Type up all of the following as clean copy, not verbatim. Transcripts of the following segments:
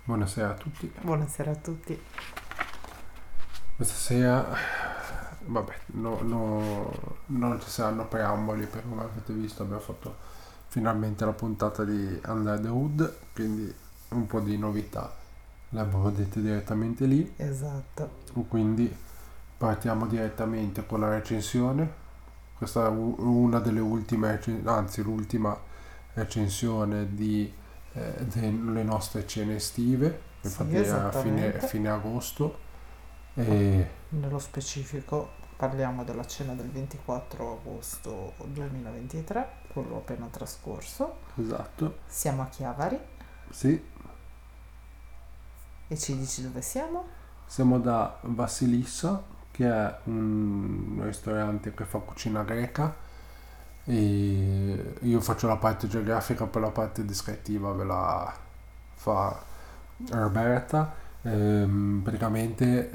Buonasera a tutti. Buonasera a tutti. Questa sera, vabbè, non ci saranno preamboli, perché come avete visto abbiamo fatto finalmente la puntata di Under the Hood, quindi un po' di novità le abbiamo dette direttamente lì, Esatto. quindi partiamo direttamente con la recensione. Questa è una delle ultime, anzi l'ultima recensione delle nostre cene estive, Sì, infatti è a esattamente. fine agosto. E Nello specifico parliamo della cena del 24 agosto 2023, quello appena trascorso. esatto, Siamo a Chiavari sì, e ci dici dove siamo? siamo da Vassilissa, che è un ristorante che fa cucina greca, e io faccio la parte geografica, per la parte descrittiva ve la fa Roberta. Praticamente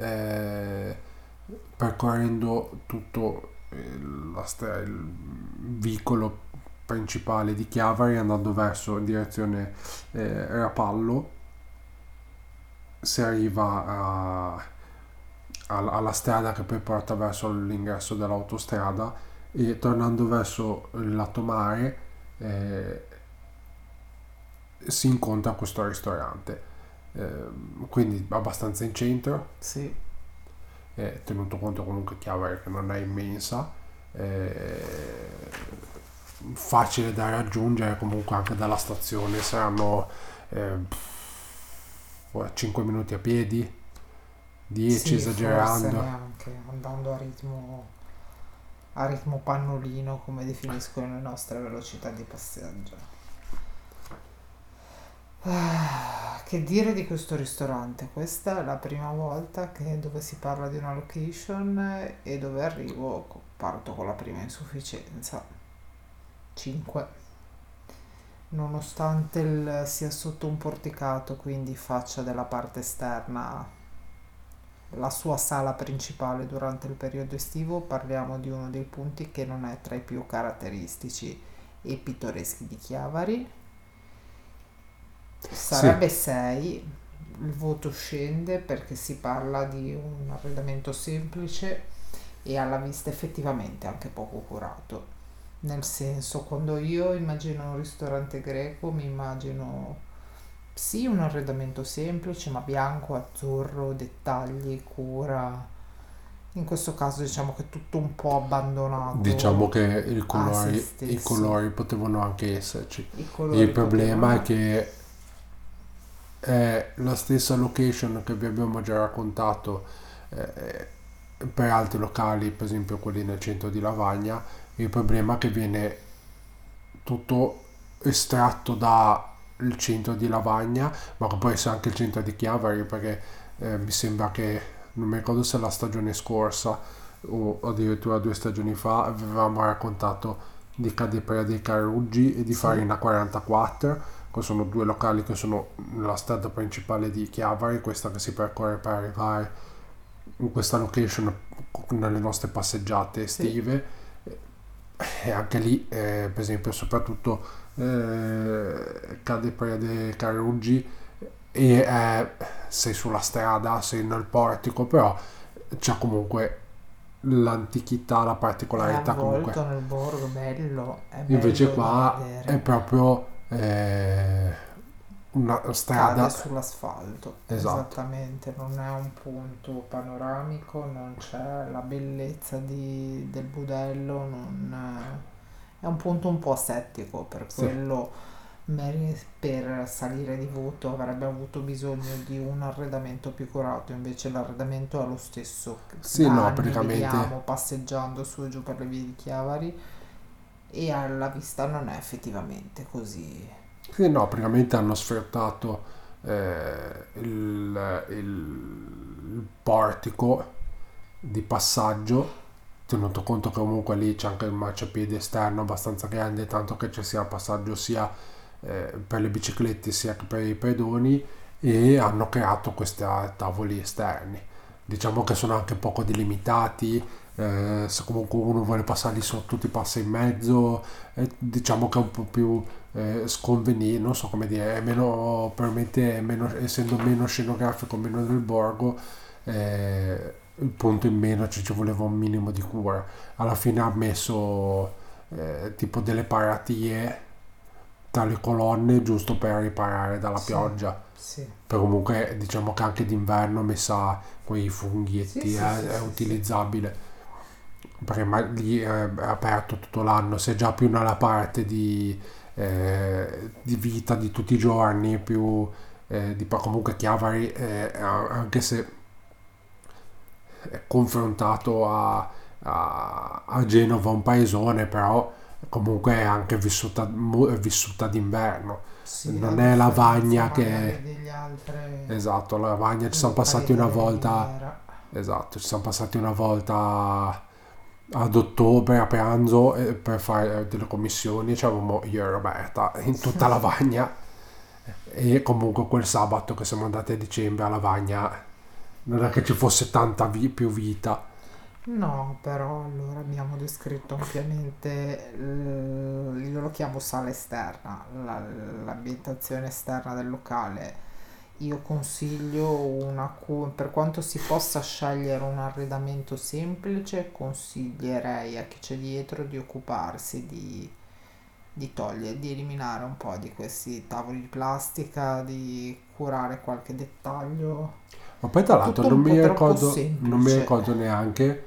percorrendo tutto il vicolo principale di Chiavari, andando verso in direzione Rapallo, si arriva alla strada che poi porta verso l'ingresso dell'autostrada, e tornando verso il lato mare si incontra questo ristorante. Quindi abbastanza in centro, Sì, tenuto conto comunque Chiavari che non è immensa, facile da raggiungere comunque anche dalla stazione, saranno 5 minuti a piedi, 10 sì, forse esagerando. neanche, andando a ritmo pannolino, come definiscono le nostre velocità di passaggio. Che dire di questo ristorante? Questa è la prima volta dove si parla di una location e dove arrivo, parto con la prima insufficienza. 5. Nonostante sia sotto un porticato, quindi faccia della parte esterna la sua sala principale durante il periodo estivo, parliamo di uno dei punti che non è tra i più caratteristici e pittoreschi di Chiavari. Sì, Sarebbe 6, il voto scende perché si parla di un arredamento semplice e alla vista effettivamente anche poco curato. Nel senso, quando io immagino un ristorante greco, mi immagino sì un arredamento semplice, ma bianco, azzurro, dettagli, cura. In questo caso diciamo che è tutto un po' diciamo abbandonato che a se i stesso. colori potevano anche esserci. I Il colori problema è potevano. che è la stessa location che vi abbiamo già raccontato eh, per altri locali, per esempio quelli nel centro di Lavagna. Il problema è che viene tutto estratto dal centro di Lavagna, ma che può essere anche il centro di Chiavari, perché mi sembra che, non mi ricordo se la stagione scorsa o addirittura 2 stagioni fa, avevamo raccontato di Cadiprea dei Caruggi e di Sì, Farina 44, che sono due locali che sono nella strada principale di Chiavari, questa che si percorre per arrivare in questa location nelle nostre passeggiate sì, estive. E anche lì, per esempio, soprattutto Cadiprea dei Caruggi, e sei sulla strada, sei nel portico, però c'è comunque l'antichità, la è particolarità comunque. avvolto nel borgo, è Invece bello da qua è vedere. proprio una Cade strada, sull'asfalto, esatto. esattamente, non è un punto panoramico, non c'è la bellezza del budello, è un punto un po' asettico, per Sì, quello per salire di voto avrebbe avuto bisogno di un arredamento più curato, invece l'arredamento è lo stesso che sì, da no, anni praticamente. vediamo passeggiando su e giù per le vie di Chiavari e alla vista non è effettivamente così. Sì, no, praticamente hanno sfruttato il portico di passaggio, tenuto conto che comunque lì c'è anche il marciapiede esterno abbastanza grande, tanto che ci sia passaggio sia per le biciclette sia che per i pedoni, e hanno creato questi tavoli esterni. Diciamo che sono anche poco delimitati, se comunque uno vuole passare lì sotto ti passa in mezzo, diciamo che è un po' più sconveniente, non so come dire, è meno, probabilmente è meno, essendo meno scenografico, meno del borgo, il punto in meno, cioè ci voleva un minimo di cura. Alla fine ha messo tipo delle paratie tra le colonne giusto per riparare dalla Sì, pioggia. sì, Però comunque diciamo che anche d'inverno messa quei sì, funghietti sì, sì, è sì, sì. utilizzabile perché lì è aperto tutto l'anno, se già più nella parte di vita di tutti i giorni, più comunque Chiavari, anche se è confrontato a Genova, un paesone, però comunque è anche è vissuta d'inverno. Sì, a Non è differenza Lavagna magari che... degli altri Esatto, Lavagna ci siamo locali passati una della volta. Riviera. Esatto, ci siamo passati una volta ad ottobre a pranzo per fare delle commissioni, c'avevamo io e Roberta in tutta Lavagna e comunque quel sabato che siamo andati a dicembre a Lavagna non è che ci fosse tanta più vita. No, però allora abbiamo descritto ampiamente, io lo chiamo sala esterna, l'ambientazione esterna del locale. Io consiglio per quanto si possa scegliere un arredamento semplice, consiglierei a chi c'è dietro di occuparsi di togliere, di eliminare un po' di questi tavoli di plastica, di curare qualche dettaglio. Ma poi tra È l'altro tutto un po' troppo non mi semplice. ricordo neanche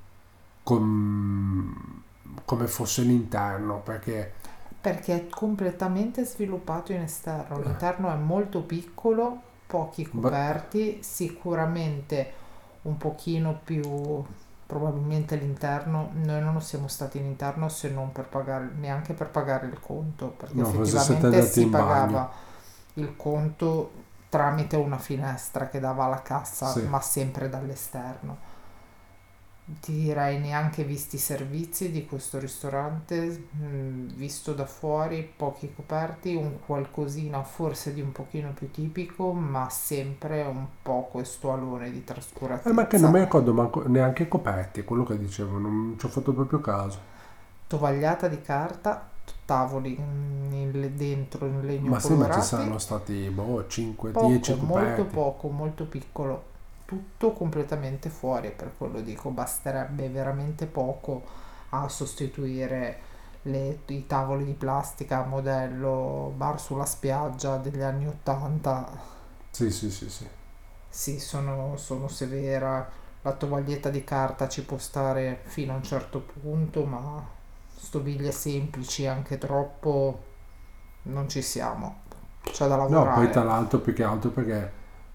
come fosse l'interno, perché Perché è completamente sviluppato in esterno. L'interno è molto piccolo, pochi beh, coperti, sicuramente un pochino più, probabilmente l'interno. Noi non siamo stati in interno se non per pagare, neanche per pagare il conto, perché no, forse siete effettivamente andati si in bagno. pagava il conto tramite una finestra che dava alla cassa, Sì. ma sempre dall'esterno. Ti direi neanche visti i servizi di questo ristorante, visto da fuori, pochi coperti, un qualcosina forse di un pochino più tipico, ma sempre un po' questo alone di Ma che non mi trascuratezza. ricordo neanche i coperti, quello che dicevo, non ci ho fatto proprio caso. Tovagliata di carta, tavoli dentro in legno Ma sì, ma ci colorati, saranno stati, boh, poco, 5-10 molto coperti. poco, molto piccolo, tutto completamente fuori, per quello dico, basterebbe veramente poco a sostituire i tavoli di plastica modello bar sulla spiaggia degli anni 80. Sì, sì, sì, sì. Sì, sono severa, la tovaglietta di carta ci può stare fino a un certo punto, ma stoviglie semplici anche troppo non ci siamo, c'è da No, poi tra lavorare. l'altro più che altro perché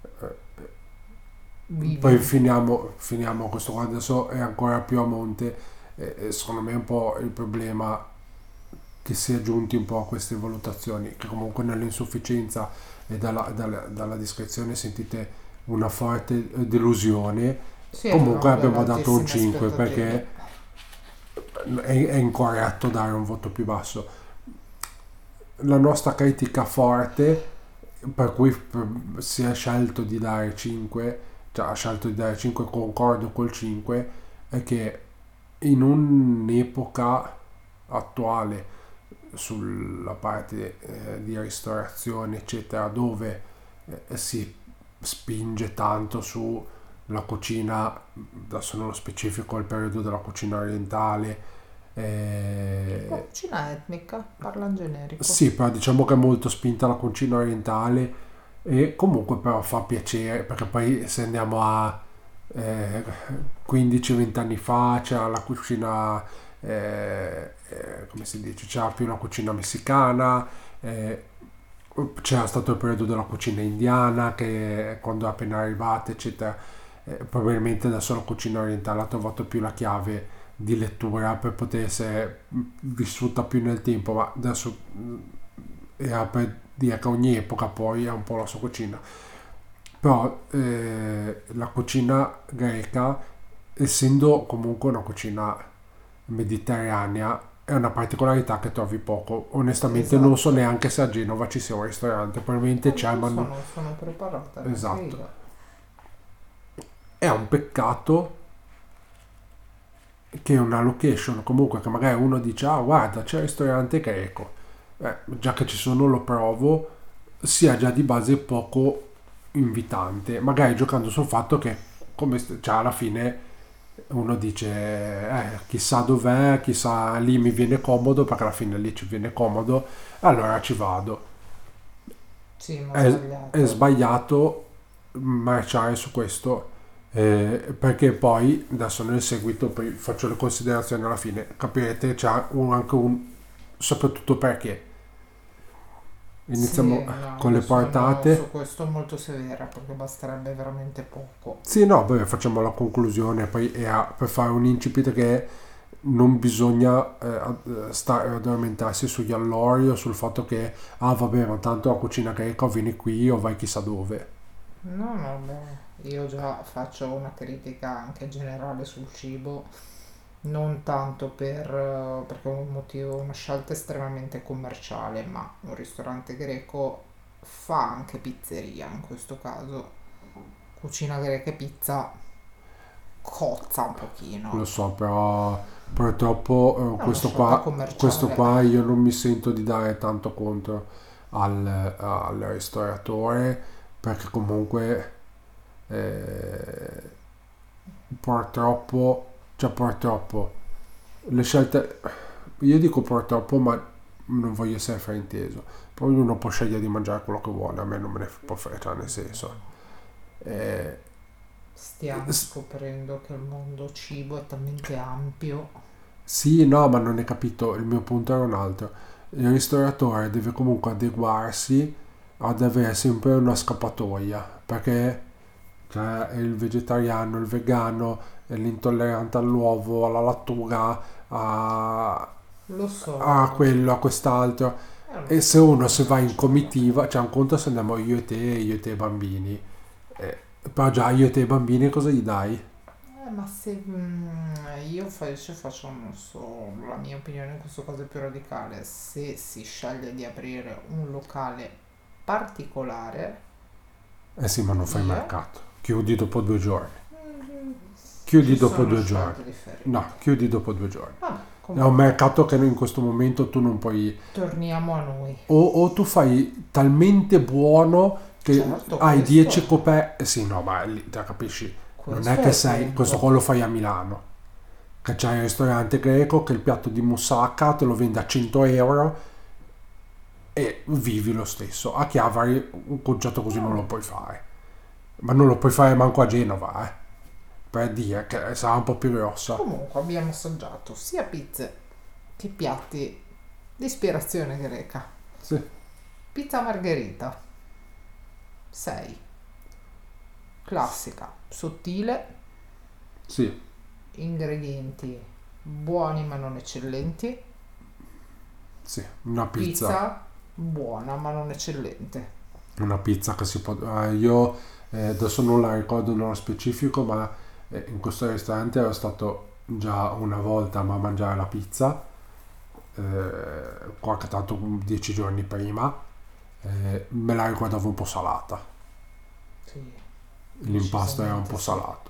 Vivi poi un finiamo questo qua adesso è ancora più a monte e secondo me è un po' il problema che si è giunti un po' a queste valutazioni, che comunque nell'insufficienza e dalla descrizione sentite una forte delusione. Sì, Comunque avevamo delle abbiamo dato un altissime 5 aspettative. perché è incorretto dare un voto più basso. La nostra critica forte, per cui si è scelto di dare 5, cioè ha scelto di dare 5, concordo col 5, è che in un'epoca attuale sulla parte di ristorazione eccetera dove si spinge tanto sulla cucina, adesso nello specifico il periodo della cucina orientale, La eh, cucina etnica, parla in generico. sì, però diciamo che è molto spinta la cucina orientale e comunque però fa piacere perché poi se andiamo a 15-20 anni fa c'era la cucina, come si dice, c'era più la cucina messicana, eh, c'era stato il periodo della cucina indiana che quando è appena arrivata eccetera, probabilmente adesso la cucina orientale ha trovato più la chiave di lettura per poter essere vissuta più nel tempo, ma adesso era per dire che ogni epoca poi ha un po' la sua cucina. Però la cucina greca, essendo comunque una cucina mediterranea, è una particolarità che trovi poco. Onestamente non so Esatto. neanche se a Genova ci sia un ristorante, probabilmente c'è, Io ma non... sono preparata neanche Esatto. io. È un peccato che una location comunque che magari uno dice ah guarda c'è il ristorante greco, già che ci sono lo provo, sia già di base poco invitante, magari giocando sul fatto che cioè alla fine uno dice chissà dov'è, chissà lì mi viene comodo, perché alla fine lì ci viene comodo, allora ci vado. Sì, ma È sbagliato. sbagliato marciare su questo, perché poi adesso nel seguito poi faccio le considerazioni alla fine, capirete, c'è anche un soprattutto perché iniziamo Sì, no, con le io sono portate. su questo molto severa perché basterebbe veramente poco. Sì, no, poi facciamo la conclusione, poi per fare un incipit che non bisogna stare ad addormentarsi sugli allori o sul fatto che, ah vabbè, ma tanto la cucina greca o vieni qui o vai chissà dove. No, no, beh, io già faccio una critica anche generale sul cibo, non tanto perché è un motivo, una scelta estremamente commerciale, ma un ristorante greco fa anche pizzeria in questo caso. Cucina greca e pizza cozza un Lo pochino. so, però purtroppo È una scelta questo commerciale. qua io non mi sento di dare tanto contro al ristoratore, perché comunque eh, purtroppo le scelte, io dico purtroppo, ma non voglio essere frainteso, poi ognuno può scegliere di mangiare quello che vuole, a me non me ne può fregare, cioè nel senso eh, Stiamo scoprendo che il mondo cibo è talmente ampio. sì, no, ma non hai capito, il mio punto era un altro. Il ristoratore deve comunque adeguarsi ad avere sempre una scappatoia, perché cioè, il vegetariano, il vegano, l'intollerante all'uovo, alla lattuga, a, Lo a so, quello, a quest'altro. è una E se scelta uno se va in commerciale. comitiva, cioè un conto se andiamo io e te e i bambini, però già io e te e i bambini cosa gli dai? Ma se io faccio, non so, la mia opinione in questo caso è più radicale, se si sceglie di aprire un locale particolare, Eh sì, ma non fai io, mercato. Chiudi dopo 2 giorni. mm, Chiudi ci dopo sono due giorni. scelte differenti. No, chiudi dopo 2 giorni. Vabbè, È un comunque, mercato che in questo momento tu non puoi. torniamo a noi. O tu fai talmente buono che Certo, hai 10 coperti. Sì, no, ma lì, te capisci? Non è questo è che il sei. Questo qua punto. lo fai a Milano. Che c'è il ristorante greco che il piatto di moussaka te lo vende a 100 € e vivi lo stesso. A Chiavari un concetto così non lo puoi fare. Ma non lo puoi fare manco a Genova, eh. Per dire che sarà un po' più grossa. Comunque abbiamo assaggiato sia pizze che piatti di ispirazione greca. Sì, Pizza margherita, 6. Classica, sottile, sì, ingredienti buoni ma non eccellenti. sì, una pizza. Pizza buona ma non eccellente. Una pizza che si può. Io adesso non la ricordo nello specifico, ma in questo ristorante ero stato già una volta a mangiare la pizza, qualche tanto 10 giorni prima, me la ricordavo un po' salata. Sì, L'impasto era un decisamente po' sì. salato.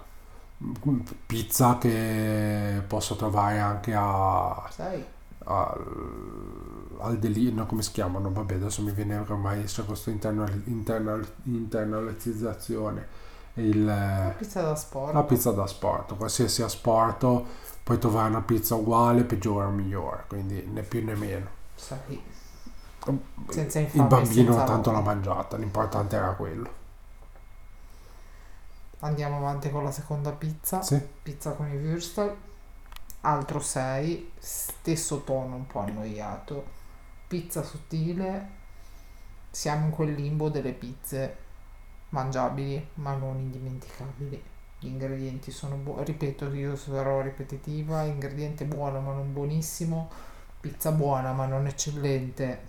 Pizza che posso trovare anche 6. al delirio, no, come si chiamano? Vabbè, adesso mi viene ormai c'è questa internalizzazione. La La pizza da sport. pizza da sport, qualsiasi asporto, puoi trovare una pizza uguale, peggiore o migliore, quindi né più né meno. 6. Senza Il infamia e bambino senza tanto l'ha lode. mangiata, l'importante era quello. Andiamo avanti con la seconda pizza. Sì, Pizza con i würstel. Altro 6. Stesso tono un po' annoiato. Pizza sottile. Siamo in quel limbo delle pizze mangiabili ma non indimenticabili. Gli ingredienti sono buoni, ripeto, io sarò ripetitiva, ingrediente buono ma non buonissimo, pizza buona ma non eccellente,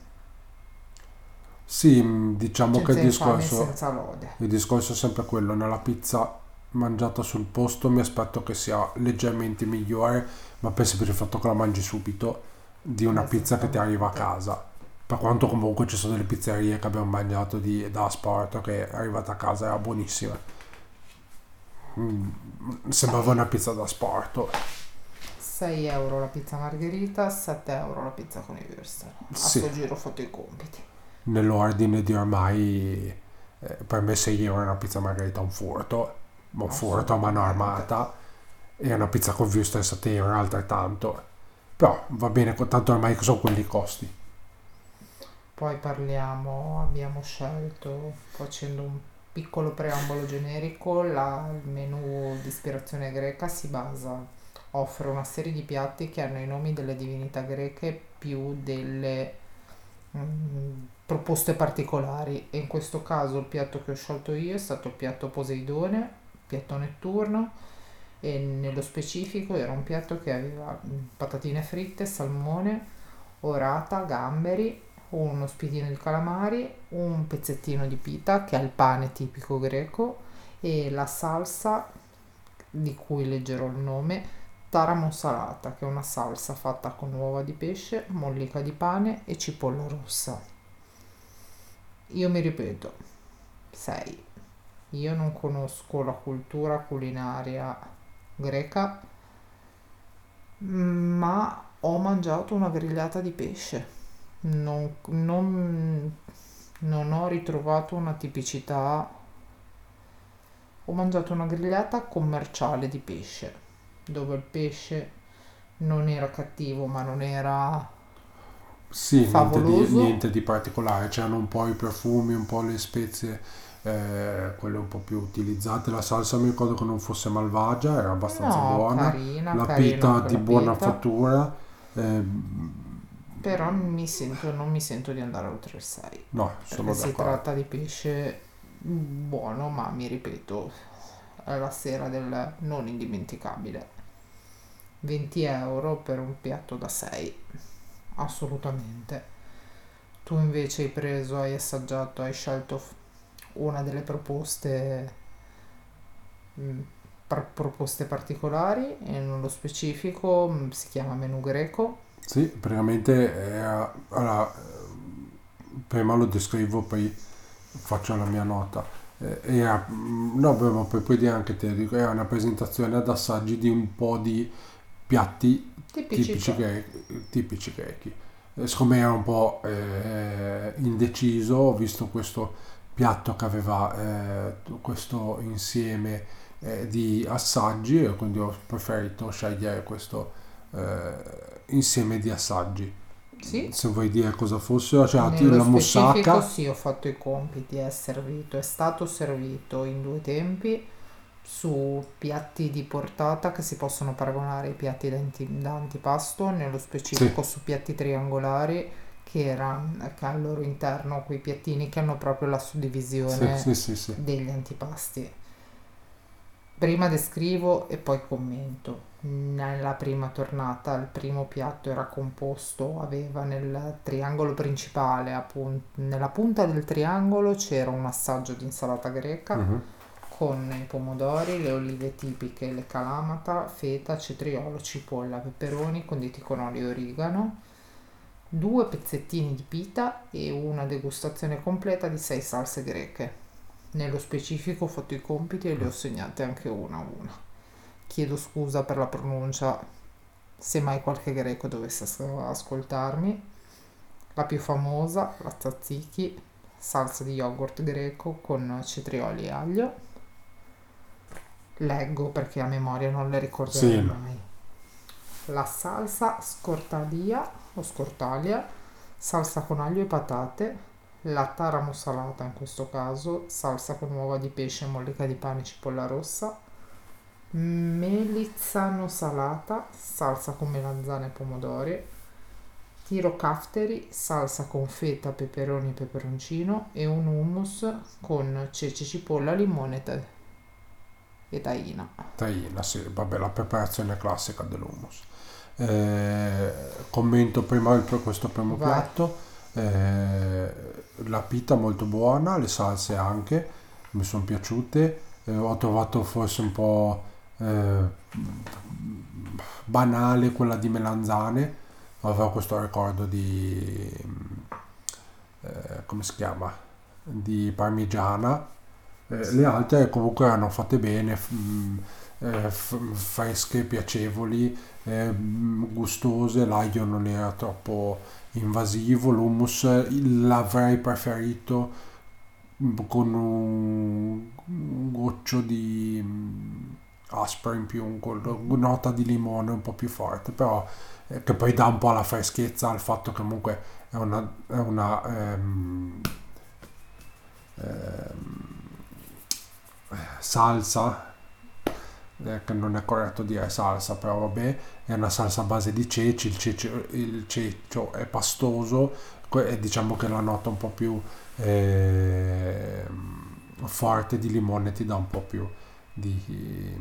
sì, diciamo che senza infamia e senza lode. il discorso è sempre quello, nella pizza mangiata sul posto mi aspetto che sia leggermente migliore, ma per il semplice fatto che la mangi subito, di una pizza che ti arriva a Esattamente. casa. Per quanto comunque ci sono delle pizzerie che abbiamo mangiato da sport che è arrivata a casa era buonissima. Sembrava 6. una pizza da sport. 6 € la pizza margherita, 7 € la pizza con i würstel. A Sì, sto giro ho fatto i compiti. nell'ordine di ormai, per me 6 euro è una pizza margherita un furto a mano Assolutamente. armata, e una pizza con würstel 7 euro altrettanto. Però va bene, tanto ormai sono quelli i costi. Poi parliamo, abbiamo scelto, facendo un piccolo preambolo generico, il menù di ispirazione greca offre una serie di piatti che hanno i nomi delle divinità greche più delle proposte particolari, e in questo caso il piatto che ho scelto io è stato il piatto Poseidone, piatto netturno, e nello specifico era un piatto che aveva patatine fritte, salmone, orata, gamberi, uno spiedino di calamari, un pezzettino di pita che è il pane tipico greco, e la salsa di cui leggerò il nome, tara monsalata, che è una salsa fatta con uova di pesce, mollica di pane e cipolla rossa. Io mi ripeto, 6. Io non conosco la cultura culinaria greca, ma ho mangiato una grigliata di pesce. Non ho ritrovato una tipicità. Ho mangiato una grigliata commerciale di pesce, dove il pesce non era cattivo, ma non era Sì, favoloso. niente di particolare, c'erano un po' i profumi, un po' le spezie, quelle un po' più utilizzate. La salsa mi ricordo che non fosse malvagia, era abbastanza No, buona. carina, La carina pita anche di la buona pita, fattura, però non mi sento di andare oltre il 6, no, perché sono si d'accordo. tratta di pesce buono, ma mi ripeto, è la sera del non indimenticabile. 20 € per un piatto da 6, assolutamente. Tu invece hai assaggiato, hai scelto una delle mh, proposte particolari, e nello specifico si chiama menù greco. Sì, praticamente allora, prima lo descrivo, poi faccio la mia nota. No, beh, ma puoi dire anche te, dico, è una presentazione ad assaggi di un po' di piatti tipici, Tipicità. tipici grechi. Siccome ero un po' indeciso, ho visto questo piatto che aveva questo insieme di assaggi, e quindi ho preferito scegliere questo insieme di assaggi. Sì, Se vuoi dire cosa fosse, cioè nello la specifico moussaka. sì, ho fatto i compiti, è stato servito in due tempi su piatti di portata che si possono paragonare ai piatti da antipasto, nello Sì, specifico su piatti triangolari che al loro interno quei piattini che hanno proprio la sì, suddivisione sì, sì, sì. degli antipasti. Prima descrivo e poi commento. Nella prima tornata il primo piatto era composto, aveva nel triangolo principale, nella punta del triangolo c'era un assaggio di insalata greca Mhm. con i pomodori, le olive tipiche, le calamata, feta, cetriolo, cipolla, peperoni conditi con olio e origano, due pezzettini di pita e una degustazione completa di 6 salse greche. Nello specifico ho fatto i compiti e le ho segnate anche una a una. Chiedo scusa per la pronuncia se mai qualche greco dovesse ascoltarmi. La più famosa, la tzatziki, salsa di yogurt greco con cetrioli e aglio. Leggo perché a memoria non le ricorderò Sì, no. mai. La salsa scortalia o scortalia, salsa con aglio e patate, la tara mussalata in questo caso, salsa con uova di pesce, mollica di pane e cipolla rossa, melizzano salata, salsa con melanzane e pomodori, tiro cafteri, salsa con feta, peperoni e peperoncino, e un hummus con ceci, cipolla, limone e tahina. Tahina, sì, vabbè, la preparazione classica dell'hummus. Commento prima questo primo Vai. piatto. La pita molto buona, le salse anche, mi sono piaciute. Ho trovato forse un po' banale quella di melanzane, avevo questo ricordo di come si chiama? Di parmigiana. Le altre comunque erano fatte bene, fresche, piacevoli, gustose. L'aglio non era troppo invasivo. L'hummus l'avrei preferito con un goccio di aspro in più, nota di limone un po' più forte, però che poi dà un po' la freschezza al fatto che comunque è una ehm, salsa, che non è corretto dire salsa, però vabbè, è una salsa a base di ceci. Il cecio è pastoso, e diciamo che la nota un po' più forte di limone ti dà un po' più di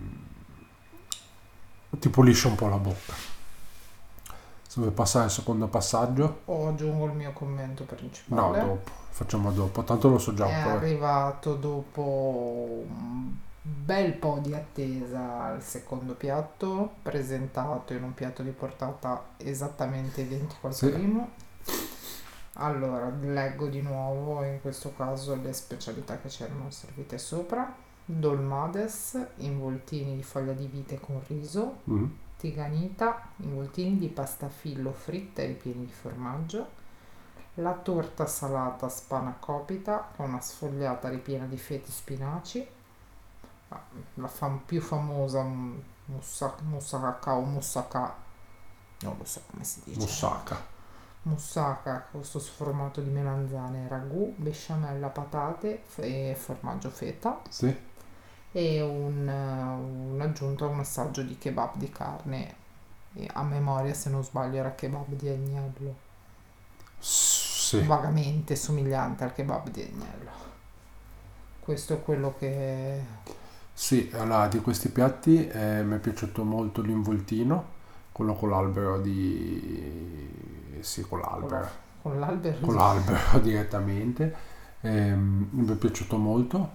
ti pulisce un po' la bocca. Se vuoi passare al secondo passaggio, O aggiungo il mio commento no, principale. dopo, facciamo dopo, tanto lo so già È poi. arrivato dopo un bel po' di attesa il secondo piatto, presentato in un piatto di portata esattamente identico al Sì. primo. Allora, leggo di nuovo in questo caso le specialità che c'erano servite sopra. Dolmades, involtini di foglia di vite con riso. Mm. Tiganita, involtini di pasta fillo fritta e ripieni di formaggio. La torta salata spanakopita con una sfogliata ripiena di feti spinaci. Ah, la più famosa moussaka o moussaka, non lo so come si dice. Moussaka. Moussaka, questo sformato di melanzane, ragù, besciamella, patate e formaggio feta. Sì. E un'aggiunta, un assaggio di kebab di carne. E a memoria, se non sbaglio, era kebab di agnello. Sì. Vagamente somigliante al kebab di agnello. Questo è quello che... Sì, allora di questi piatti mi è piaciuto molto l'involtino, quello con l'albero di... sì, con con l'albero, con l'albero con di... l'albero direttamente. Mi è piaciuto molto.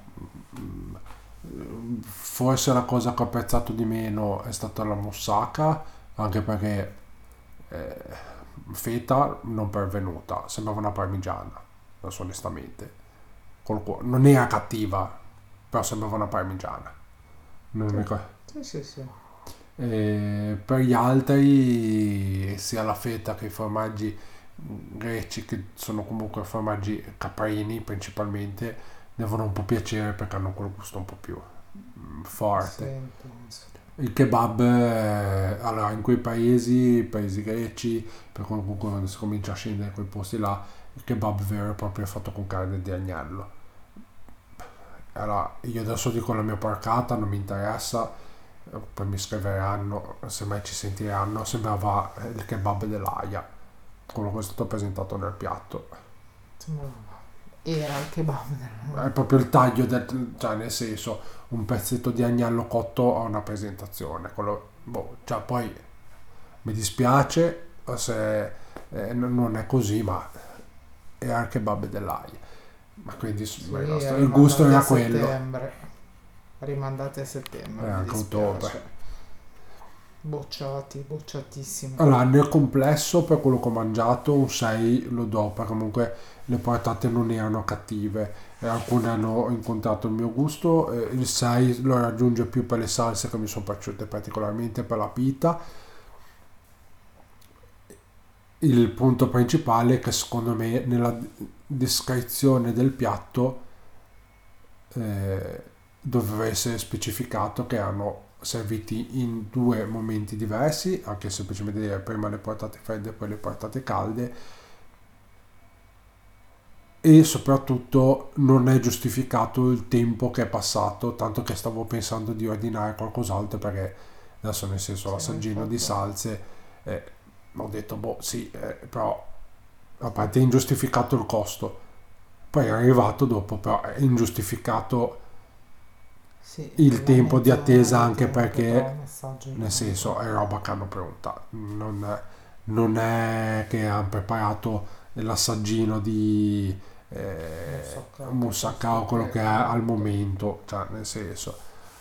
Forse la cosa che ho apprezzato di meno è stata la moussaka, anche perché eh, feta non pervenuta, sembrava una parmigiana, adesso onestamente. Non era cattiva, però sembrava una parmigiana. Non mi Sì, ricordo. sì, sì, sì. Per gli altri, sia la feta che i formaggi greci, che sono comunque formaggi caprini principalmente, devono un po' piacere perché hanno quel gusto un po' più Sì, forte. intenso. Il kebab, allora in quei paesi greci, per comunque quando si comincia a scendere in quei posti là, il kebab vero e proprio è fatto con carne di agnello. Allora, io adesso dico la mia porcata, non mi interessa, poi mi scriveranno, se mai ci sentiranno, sembrava il kebab dell'Aia, quello che è stato presentato nel piatto. Era il kebab È proprio il taglio cioè nel senso, un pezzetto di agnello cotto a una presentazione. Quello, boh, cioè poi mi dispiace se non è così, ma era il kebab dell'Aia. Ma quindi Sì, il gusto rimandate a era quello, settembre. Rimandate a settembre, era mi anche ottobre. dispiace. Bocciati, bocciatissimi. Allora, nel complesso, per quello che ho mangiato, un 6 lo do, perché comunque le portate non erano cattive, e alcune hanno incontrato il mio gusto. Il 6 lo raggiunge più per le salse che mi sono piaciute particolarmente, per la pita. Il punto principale è che secondo me nella descrizione del piatto doveva essere specificato che erano serviti in due momenti diversi, anche semplicemente dire prima le portate fredde e poi le portate calde, e soprattutto non è giustificato il tempo che è passato, tanto che stavo pensando di ordinare qualcos'altro, perché adesso nel senso Sì, l'assaggino di infatti. salse, eh, ho detto boh sì, però a parte è ingiustificato il costo, poi è arrivato dopo, però è ingiustificato Sì, il la tempo di mezz'ora attesa, di anche tempo tra perché un messaggio e nel senso l'altro. è roba che hanno prenotato, non è che hanno preparato l'assaggino di Non so moussaka o piuttosto quello che che... è al momento, cioè nel senso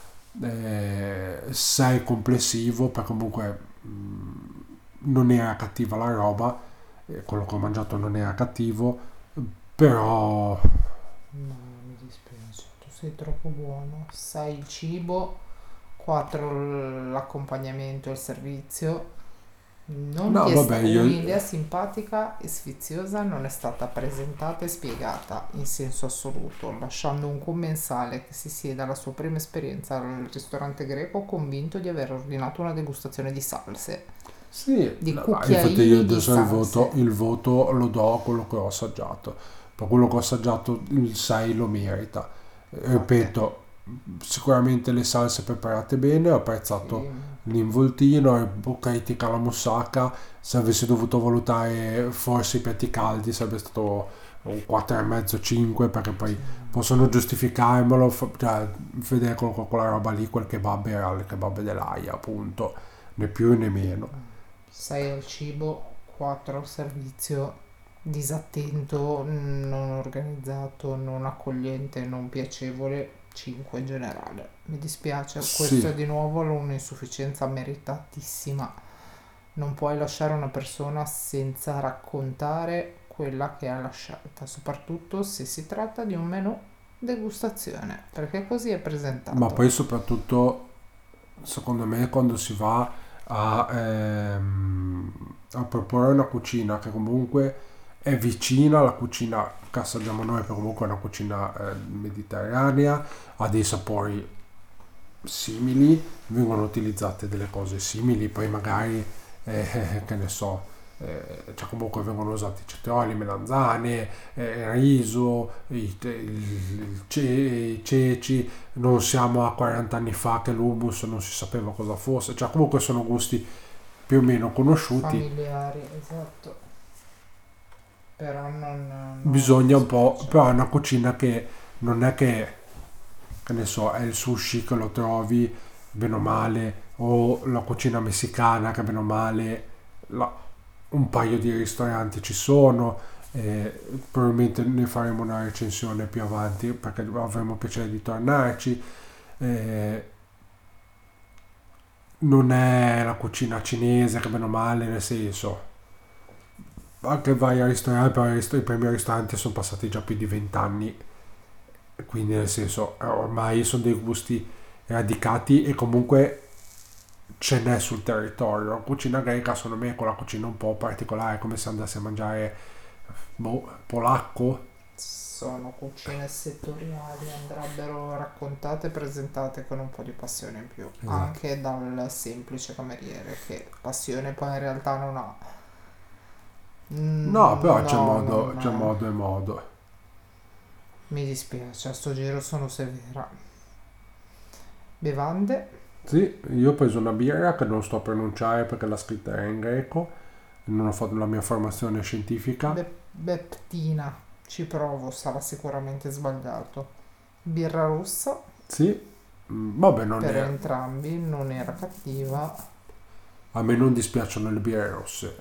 6 complessivo, perché comunque non era cattiva la roba, quello che ho mangiato non era cattivo, però No, mi dispiace. Tu sei troppo buono. Sai il cibo 4 l'accompagnamento e il servizio. Non No, ti è vabbè, un'idea simpatica e sfiziosa non è stata presentata e spiegata in senso assoluto, lasciando un commensale che si siede alla sua prima esperienza al ristorante greco convinto di aver ordinato una degustazione di salse, sì, di no, ma infatti io cucchiaini di adesso salse. il voto lo do a quello che ho assaggiato. Per quello che ho assaggiato il 6 lo merita. Infatti, Ripeto, sicuramente le salse preparate bene, ho sì, apprezzato l'involtino, e critica la moussaka. Se avessi dovuto valutare forse i piatti caldi sarebbe stato un 4,5, 5, perché poi sì. possono giustificarmelo, cioè vedere con quella roba lì, quel kebab era il kebab dell'aia, appunto, né più né meno. 6 al cibo, 4 al servizio, disattento, non organizzato, non accogliente, non piacevole, 5 in generale. Mi dispiace, questo Sì, è di nuovo un'insufficienza meritatissima. Non puoi lasciare una persona senza raccontare quella che ha la scelta, soprattutto se si tratta di un menù degustazione, perché così è ma presentato. poi soprattutto secondo me quando si va a proporre una cucina che comunque è vicina alla cucina che assaggiamo noi, perché comunque è una cucina mediterranea, ha dei sapori simili, vengono utilizzate delle cose simili, poi magari, che ne so, cioè comunque vengono usati cetrioli, melanzane, riso, i ceci, non siamo a 40 anni fa che l'hummus non si sapeva cosa fosse, cioè comunque sono gusti più o meno conosciuti, Familiari, esatto, però non mi bisogna un po', dispiace. però è una cucina che non è che ne so, è il sushi che lo trovi bene o male, o la cucina messicana che bene o male, la- un paio di ristoranti ci sono, probabilmente ne faremo una recensione più avanti perché avremo piacere di tornarci. eh, Non è la cucina cinese che bene o male, nel senso, anche vai al ristorante, però i primi ristoranti sono passati già più di 20 anni, quindi nel senso ormai sono dei gusti radicati e comunque ce n'è sul territorio. La cucina greca secondo me è quella cucina un po' particolare, come se andassi a mangiare polacco. Sono cucine settoriali, andrebbero raccontate e presentate con un po' di passione in più, Esatto. anche dal semplice cameriere che passione poi in realtà non ha. No, però No, non... c'è modo e modo. Mi dispiace, a sto giro sono severa. Bevande? Sì, io ho preso una birra che non sto a pronunciare perché la scritta era in greco, non ho fatto la mia formazione scientifica. Beptina, ci provo, sarà sicuramente sbagliato. Birra rossa Sì, vabbè, non per è, entrambi, non era cattiva. a me non dispiacciono le birre rosse,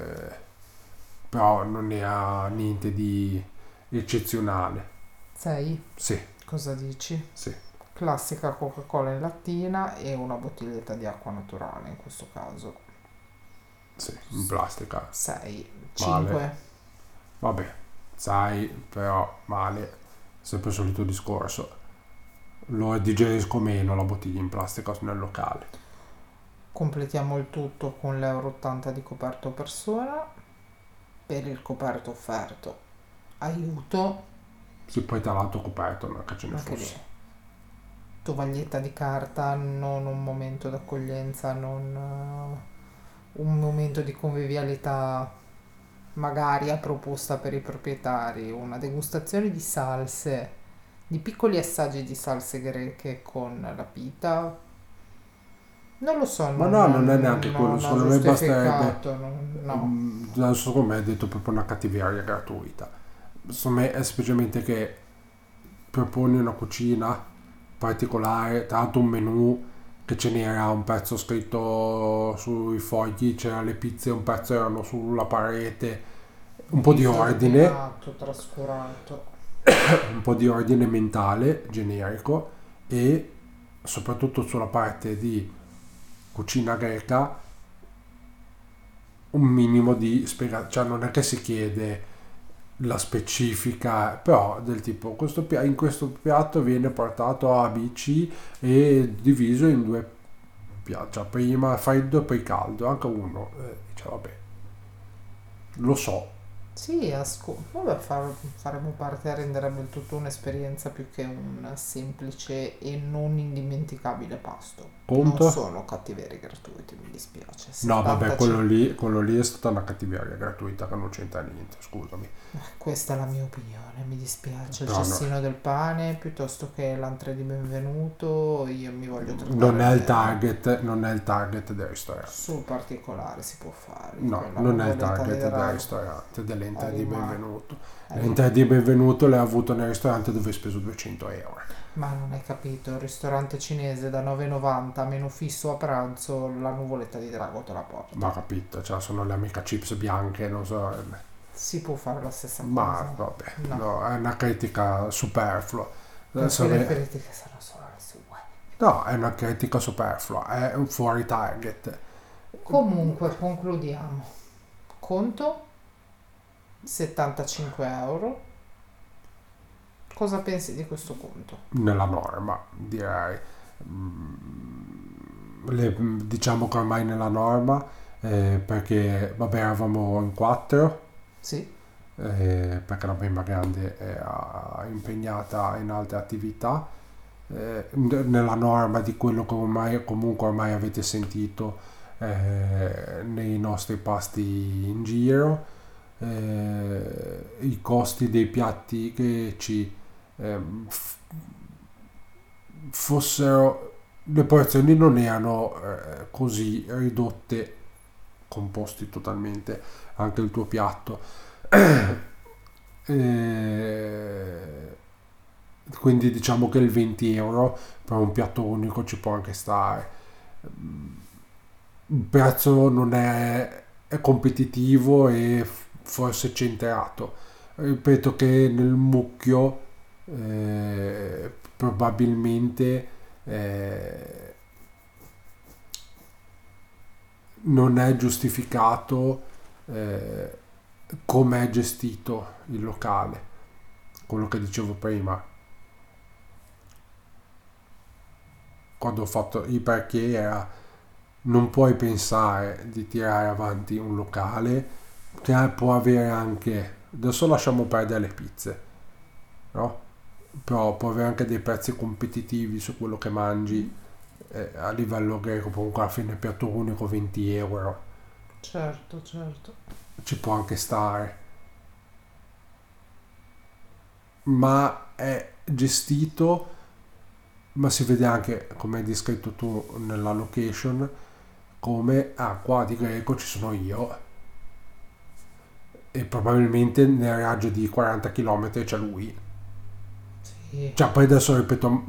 però non ne ha niente di eccezionale. 6, Sì, cosa dici? sì, Classica Coca-Cola in lattina e una bottiglietta di acqua naturale in questo caso. sì, in plastica, 6, male. 5. Vabbè, sai, però male, sempre il solito discorso. Lo digerisco meno la bottiglia in plastica nel locale. Completiamo il tutto con l'euro 80 di coperto persona. Per il coperto offerto, aiuto, Sì, poi tra l'altro coperto, non è che ce ne anche lì. fosse. Tovaglietta di carta, non un momento d'accoglienza, non un momento di convivialità, magari a proposta per i proprietari, una degustazione di salse, di piccoli assaggi di salse greche con la pita. Non lo so, Ma no, non è neanche quello, non ho secondo me basterebbe, giustificato, no. adesso secondo me è detto proprio una cattiveria gratuita. Secondo me è semplicemente che proponi una cucina particolare, tra l'altro un menù che ce n'era un pezzo scritto sui fogli, c'erano le pizze, un pezzo erano sulla parete, un po' di ordine, Disordinato, trascurato. un po' di ordine mentale generico e soprattutto sulla parte di cucina greca un minimo di spiegazione, cioè non è che si chiede la specifica, però del tipo in questo piatto viene portato A, B, C e diviso in due piatti, cioè prima freddo e poi caldo, anche uno dice vabbè, lo so, Sì, vabbè, faremo parte, renderebbe il tutto un'esperienza più che un semplice e non indimenticabile pasto. Non conto? sono cattiverie gratuiti, mi dispiace. No, vabbè, 75. quello lì è stata una cattiveria gratuita che non c'entra niente, scusami. Questa è la mia opinione, mi dispiace. Il Però no, cestino del pane piuttosto che l'entrée di benvenuto, io mi voglio non è il trattare target, non è il target del ristorante. sul particolare, si può fare. No, Quella non è il nuvoletta di target del drago ristorante, dell'entrée di rimane. benvenuto. L'entrée di benvenuto l'hai avuto nel ristorante dove hai speso 200 euro. Ma non hai capito, il ristorante cinese da 9,90 menù fisso a pranzo, la nuvoletta di drago te la porta. Ma ho capito, cioè sono le amica chips bianche, non so. Si può fare la stessa Ma cosa? vabbè, No, no, è una critica superflua. perché Adesso le critiche sono solo le sue. no, è una critica superflua, è un fuori target. Comunque, concludiamo. Conto 75 euro. Cosa pensi di questo conto? Nella norma, direi. Diciamo che ormai nella norma, perché vabbè eravamo in quattro, Sì? perché la bimba grande è impegnata in altre attività, nella norma di quello che ormai, comunque ormai avete sentito nei nostri pasti in giro, i costi dei piatti greci fossero, le porzioni non erano così ridotte, composti totalmente anche il tuo piatto. Eh, quindi diciamo che il 20 euro per un piatto unico ci può anche stare. Il prezzo non è competitivo e forse centrato. Ripeto che nel mucchio probabilmente eh, non è giustificato come è gestito il locale, quello che dicevo prima, quando ho fatto i perché era non puoi pensare di tirare avanti un locale che può avere anche, adesso lasciamo perdere le pizze, no? Però può avere anche dei prezzi competitivi su quello che mangi a livello greco, comunque alla fine il piatto unico 20 euro Certo, certo. ci può anche stare, ma è gestito, ma si vede anche come hai descritto tu nella location, come qua di greco ci sono io e probabilmente nel raggio di 40 km c'è lui. Sì. Cioè, poi adesso ripeto,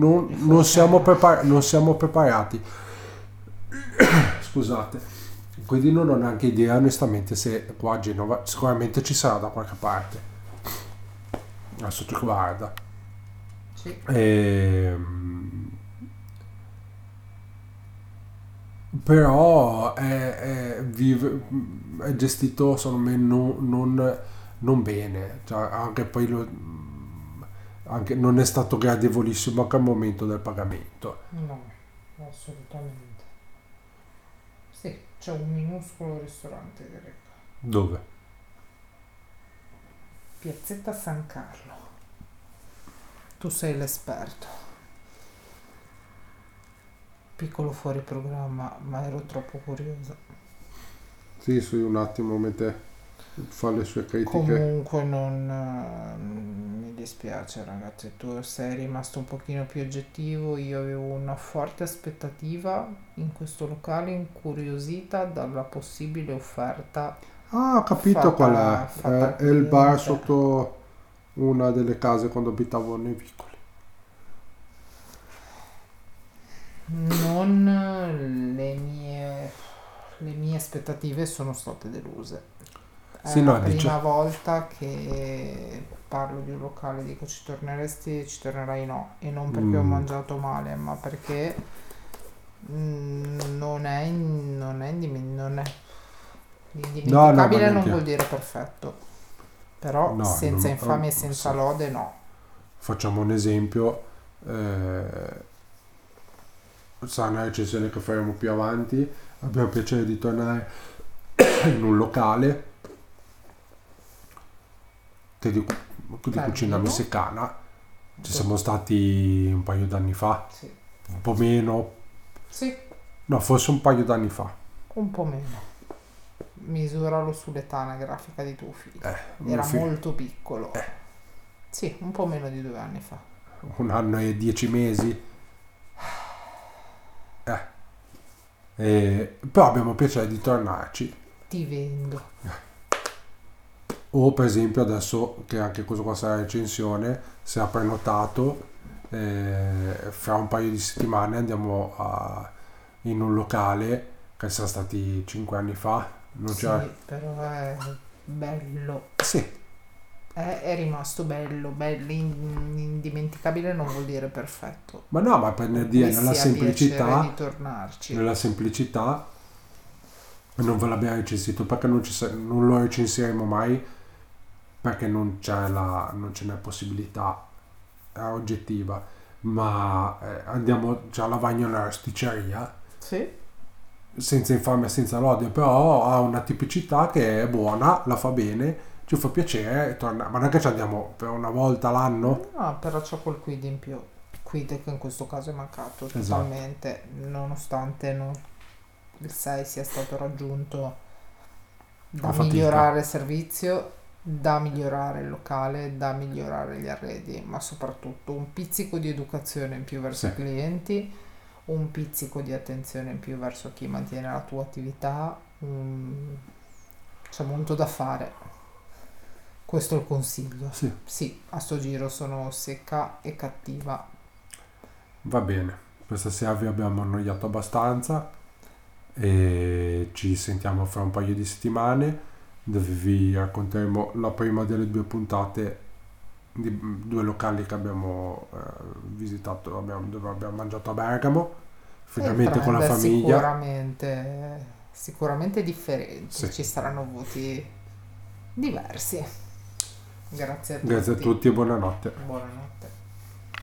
non siamo preparati, scusate, quindi non ho neanche idea onestamente se qua a Genova sicuramente ci sarà da qualche parte. Adesso ci guarda. Sì. Però è gestito secondo me non bene, cioè, anche poi anche non è stato gradevolissimo anche al momento del pagamento. No, assolutamente. Sì, c'è un minuscolo ristorante greco. Dove? Piazzetta San Carlo. Tu sei l'esperto. Piccolo fuori programma, ma ero troppo curiosa. Sì, sì, un attimo mentre fa le sue critiche. Comunque non mi dispiace ragazzi, tu sei rimasto un pochino più oggettivo, io avevo una forte aspettativa in questo locale, incuriosita dalla possibile offerta Ah, ho capito qual è. fatta al È il bar cliente. sotto una delle case quando abitavo nei vicoli. Non le mie aspettative sono state deluse. È Sì, la no, dice. prima volta che parlo di un locale, dico ci torneresti, ci tornerai no, e non perché ho Mm, mangiato male, ma perché non è no, no, ma indimenticabile, non neanche vuol io. dire perfetto. Però No, senza infamia e senza sì. lode no. Facciamo un esempio, sarà una recensione che faremo più avanti. Abbiamo piacere di tornare in un locale che di cucina Carino. messicana. Ci siamo stati un paio d'anni fa, Sì. un po' meno, Sì, no, forse un paio d'anni fa. un po' meno. Misuralo sull'età anagrafica di tuo figlio. Mio Era figlio, molto piccolo. Sì, un po' meno di 2 anni fa. 1 anno e 10 mesi. Però abbiamo piacere di tornarci. Ti vendo. O per esempio adesso che anche questo qua sarà recensione, se ha prenotato, fra un paio di settimane andiamo in un locale che siamo stati 5 anni fa. Non Sì, c'è. però è bello. Sì, È rimasto bello, bello, indimenticabile non vuol dire perfetto. ma no, ma per Per dire cui si ha piacere di tornarci. nella semplicità non ve l'abbiamo recensito perché non lo recensiremo mai, perché non ce n'è possibilità oggettiva, ma andiamo già a Lavagna nella rosticceria Sì, senza infamia, senza lode, però ha una tipicità che è buona, la fa bene, ci fa piacere tornare, ma non è che ci andiamo per una volta l'anno. no, però c'è quel quid in più. Quid che in questo caso è mancato Esatto. totalmente, nonostante il 6 sia stato raggiunto da A fatica. migliorare il servizio, da migliorare il locale, da migliorare gli arredi, ma soprattutto un pizzico di educazione in più verso Sì. i clienti, un pizzico di attenzione in più verso chi mantiene la tua attività. C'è molto da fare. Questo è il consiglio. Sì, Sì, a sto giro sono secca e cattiva. va bene, questa sera vi abbiamo annoiato abbastanza e ci sentiamo fra un paio di settimane dove vi racconteremo la prima delle 2 puntate di 2 locali che abbiamo visitato, dove abbiamo mangiato a Bergamo, E il finalmente con la trend è famiglia. sicuramente differente. Sì. Ci saranno voti diversi. Grazie a Grazie a tutti. tutti e buonanotte. Buonanotte.